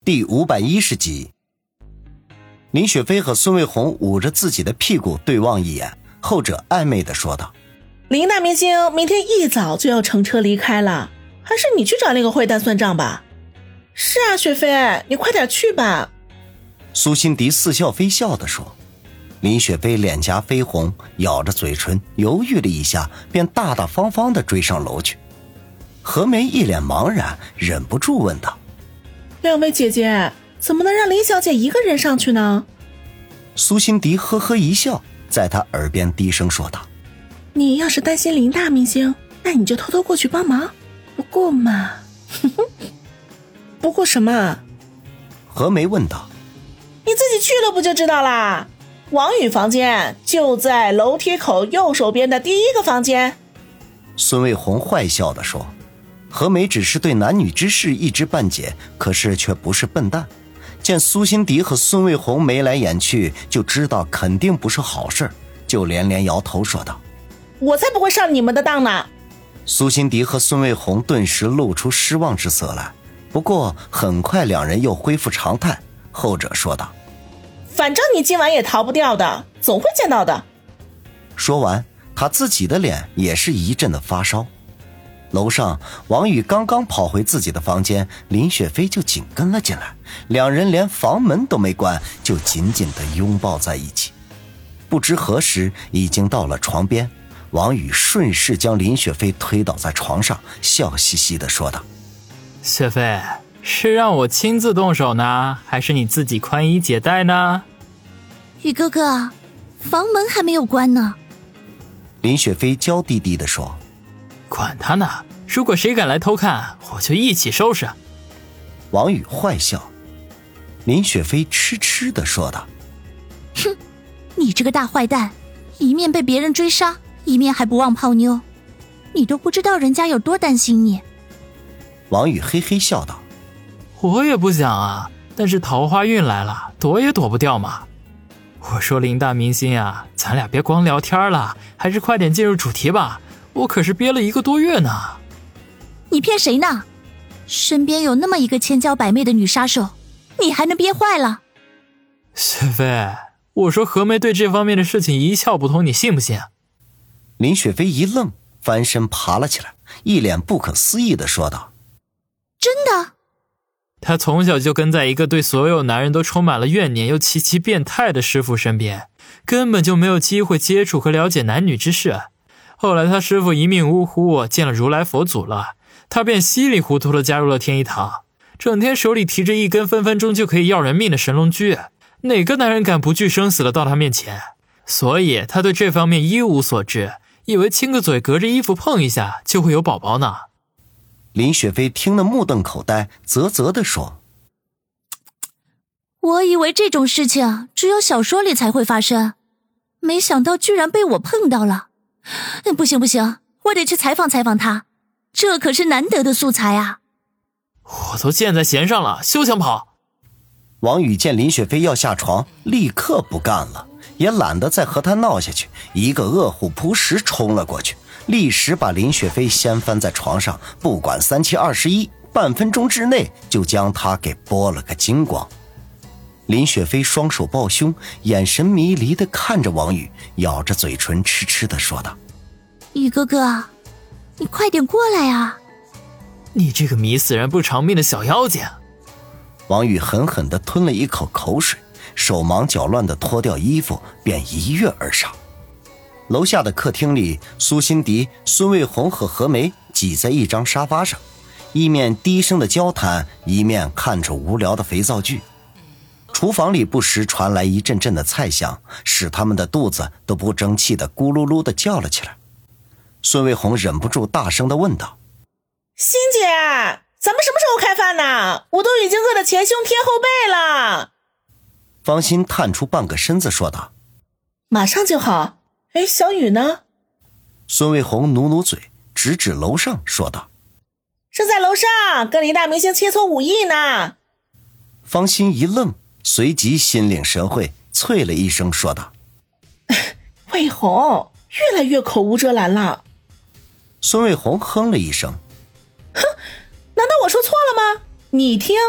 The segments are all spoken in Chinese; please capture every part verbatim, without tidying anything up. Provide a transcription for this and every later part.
第五百一十集。林雪飞和孙卫红捂着自己的屁股对望一眼，后者暧昧地说道： 林大明星明天一早就要乘车离开了，还是你去找那个坏蛋算账吧。是啊，雪飞，你快点去吧。 苏辛迪似笑非笑地说。林雪飞脸颊绯红，咬着嘴唇犹豫了一下，便大大方方地追上楼去。何梅一脸茫然，忍不住问道： 两位姐姐，怎么能让林小姐一个人上去呢？ 苏辛迪呵呵一笑，在她耳边低声说道： 你要是担心林大明星，那你就偷偷过去帮忙。不过嘛不过什么？ 何梅问道。 你自己去了不就知道啦。王宇房间就在楼梯口右手边的第一个房间。 孙卫红坏笑地说。何梅只是对男女之事一知半解，可是却不是笨蛋，见苏辛迪和孙卫红眉来眼去，就知道肯定不是好事，就连连摇头说道： 我才不会上你们的当呢。 苏辛迪和孙卫红顿时露出失望之色来，不过很快两人又恢复常态。后者说道： 反正你今晚也逃不掉的，总会见到的。 说完，他自己的脸也是一阵的发烧。楼上，王宇刚刚跑回自己的房间，林雪飞就紧跟了进来，两人连房门都没关，就紧紧地拥抱在一起。不知何时已经到了床边，王宇顺势将林雪飞推倒在床上，笑嘻嘻地说道： 雪飞，是让我亲自动手呢，还是你自己宽衣解带呢？ 宇哥哥，房门还没有关呢。 林雪飞娇滴滴地说。 管他呢，如果谁敢来偷看，我就一起收拾。 王宇坏笑。林雪飞痴痴地说道： 哼，你这个大坏蛋，一面被别人追杀，一面还不忘泡妞，你都不知道人家有多担心你。 王宇嘿嘿笑道： 我也不想啊，但是桃花运来了，躲也躲不掉嘛。我说林大明星啊，咱俩别光聊天了，还是快点进入主题吧，我可是憋了一个多月呢。 你骗谁呢？身边有那么一个千娇百媚的女杀手，你还能憋坏了？ 雪飞，我说何梅对这方面的事情一窍不通，你信不信？ 林雪飞一愣，翻身爬了起来，一脸不可思议地说道： 真的？ 她从小就跟在一个对所有男人都充满了怨念又极其变态的师傅身边，根本就没有机会接触和了解男女之事。后来他师父一命呜呼，见了如来佛祖了，他便稀里糊涂地加入了天一堂，整天手里提着一根分分钟就可以要人命的神龙驹，哪个男人敢不惧生死的到他面前？所以他对这方面一无所知，以为亲个嘴隔着衣服碰一下就会有宝宝呢。 林雪飞听得目瞪口呆，啧啧地说： 我以为这种事情只有小说里才会发生，没想到居然被我碰到了。不行不行，我得去采访采访他，这可是难得的素材啊。 我都箭在弦上了，休想跑。 王宇见林雪飞要下床，立刻不干了，也懒得再和他闹下去，一个饿虎扑食冲了过去，立时把林雪飞掀翻在床上，不管三七二十一，半分钟之内就将他给剥了个精光。林雪飞双手抱胸，眼神迷离地看着王宇，咬着嘴唇痴痴地说道： 宇哥哥，你快点过来啊！ 你这个迷死人不偿命的小妖精！ 王宇狠狠地吞了一口口水，手忙脚乱地脱掉衣服，便一跃而上。楼下的客厅里，苏辛迪、孙卫红和何梅挤在一张沙发上，一面低声的交谈，一面看着无聊的肥皂剧。厨房里不时传来一阵阵的菜香，使他们的肚子都不争气的咕噜噜的叫了起来。孙卫红忍不住大声的问道： 欣姐，咱们什么时候开饭呢？我都已经饿得前胸贴后背了。 方心探出半个身子说道： 马上就好。哎，小雨呢？ 孙卫红努努嘴，指指楼上说道： 正在楼上跟林大明星切磋武艺呢。 方心一愣，随即心领神会，啐了一声说道： 卫红越来越口无遮拦了。 孙卫红哼了一声： 哼，难道我说错了吗？你听，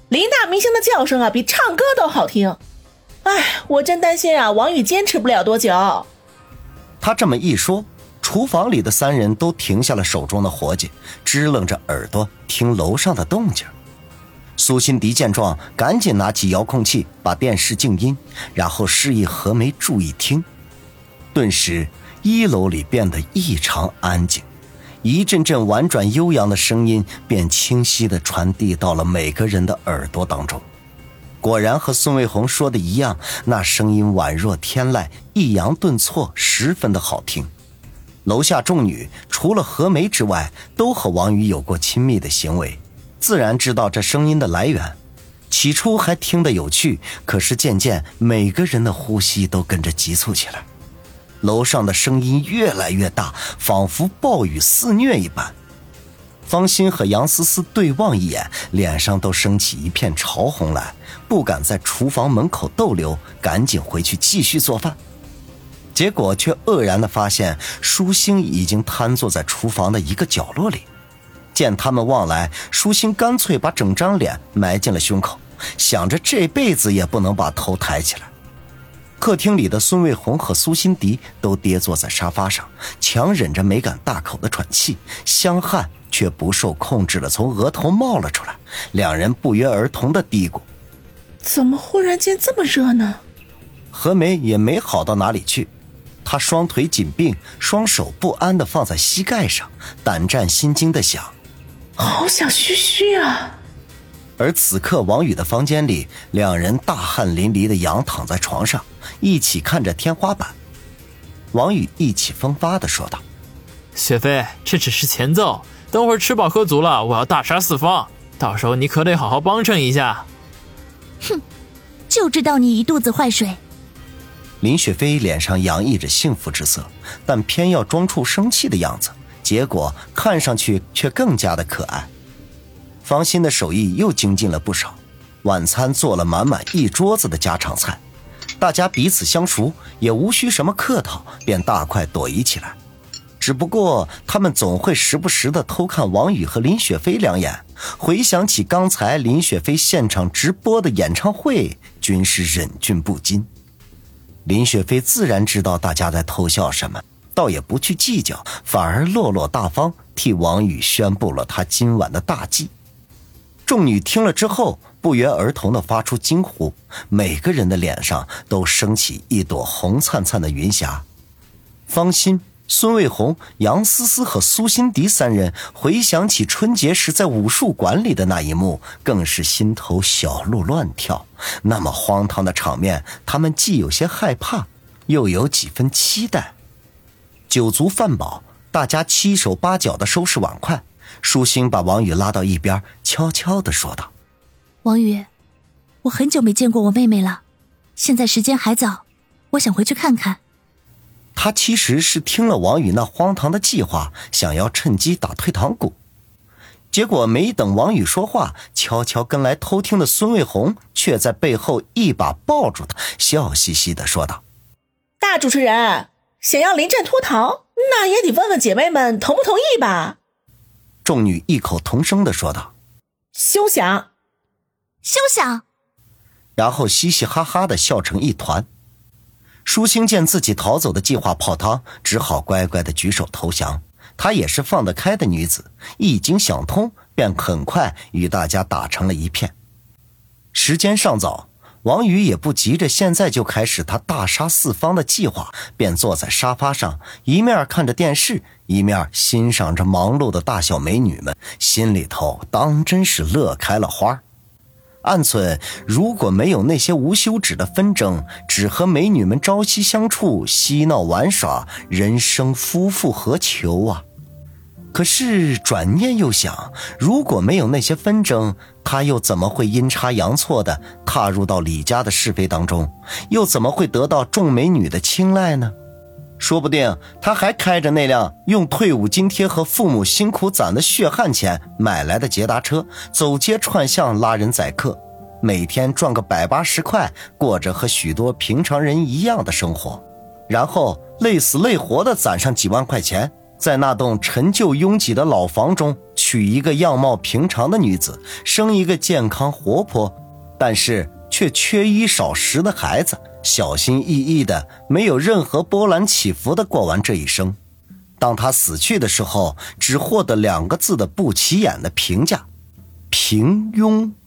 林大明星的叫声啊，比唱歌都好听。哎，我真担心啊，王宇坚持不了多久。 他这么一说，厨房里的三人都停下了手中的活计，支棱着耳朵听楼上的动静。苏辛迪见状，赶紧拿起遥控器把电视静音，然后示意何梅注意听。顿时一楼里变得异常安静，一阵阵婉转悠扬的声音便清晰地传递到了每个人的耳朵当中。果然和孙卫红说的一样，那声音宛若天籁，抑扬顿挫，十分的好听。楼下众女除了何梅之外，都和王宇有过亲密的行为，自然知道这声音的来源。起初还听得有趣，可是渐渐每个人的呼吸都跟着急促起来。楼上的声音越来越大，仿佛暴雨肆虐一般。方心和杨思思对望一眼，脸上都升起一片潮红来，不敢在厨房门口逗留，赶紧回去继续做饭。结果却愕然地发现舒心已经瘫坐在厨房的一个角落里。见他们望来，舒心干脆把整张脸埋进了胸口，想着这辈子也不能把头抬起来。客厅里的孙卫红和苏辛迪都跌坐在沙发上，强忍着没敢大口的喘气，香汗却不受控制地从额头冒了出来。两人不约而同地嘀咕： 怎么忽然间这么热呢？ 何梅也没好到哪里去，她双腿紧并，双手不安地放在膝盖上，胆战心惊地想： 好想嘘嘘啊。 而此刻王宇的房间里，两人大汗淋漓地仰躺在床上，一起看着天花板。王宇意气风发地说道： 雪飞，这只是前奏，等会儿吃饱喝足了，我要大杀四方，到时候你可得好好帮衬一下。 哼，就知道你一肚子坏水。 林雪飞脸上洋溢着幸福之色，但偏要装出生气的样子，结果看上去却更加的可爱。方心的手艺又精进了不少，晚餐做了满满一桌子的家常菜，大家彼此相熟，也无需什么客套，便大快朵颐起来。只不过他们总会时不时地偷看王宇和林雪飞两眼，回想起刚才林雪飞现场直播的演唱会，均是忍俊不禁。林雪飞自然知道大家在偷笑什么，倒也不去计较，反而落落大方替王宇宣布了他今晚的大计。众女听了之后，不约而同地发出惊呼，每个人的脸上都升起一朵红灿灿的云霞。方心、孙卫红、杨思思和苏辛迪三人回想起春节时在武术馆里的那一幕，更是心头小鹿乱跳。那么荒唐的场面，他们既有些害怕，又有几分期待。酒足饭饱，大家七手八脚地收拾碗筷。舒心把王宇拉到一边，悄悄地说道： 王宇，我很久没见过我妹妹了，现在时间还早，我想回去看看。 他其实是听了王宇那荒唐的计划，想要趁机打退堂鼓。结果没等王宇说话，悄悄跟来偷听的孙卫红却在背后一把抱住他，笑嘻嘻地说道： 大主持人，想要临阵脱逃，那也得问问姐妹们同不同意吧。 众女异口同声地说道： 休想， 休想。 然后嘻嘻哈哈地笑成一团。舒心见自己逃走的计划泡汤，只好乖乖地举手投降。她也是放得开的女子，一经想通，便很快与大家打成了一片。时间尚早，王宇也不急着现在就开始他大杀四方的计划，便坐在沙发上，一面看着电视，一面欣赏着忙碌的大小美女们，心里头当真是乐开了花。暗忖，如果没有那些无休止的纷争，只和美女们朝夕相处，嬉闹玩耍，人生夫复何求啊。可是转念又想，如果没有那些纷争，他又怎么会阴差阳错地踏入到李家的是非当中，又怎么会得到众美女的青睐呢？说不定他还开着那辆用退伍津贴和父母辛苦攒的血汗钱买来的捷达车，走街串巷拉人宰客，每天赚个百八十块，过着和许多平常人一样的生活，然后累死累活地攒上几万块钱， 在那栋陈旧拥挤的老房中娶一个样貌平常的女子，生一个健康活泼但是却缺衣少食的孩子，小心翼翼的，没有任何波澜起伏的过完这一生。当他死去的时候，只获得两个字的不起眼的评价：平庸。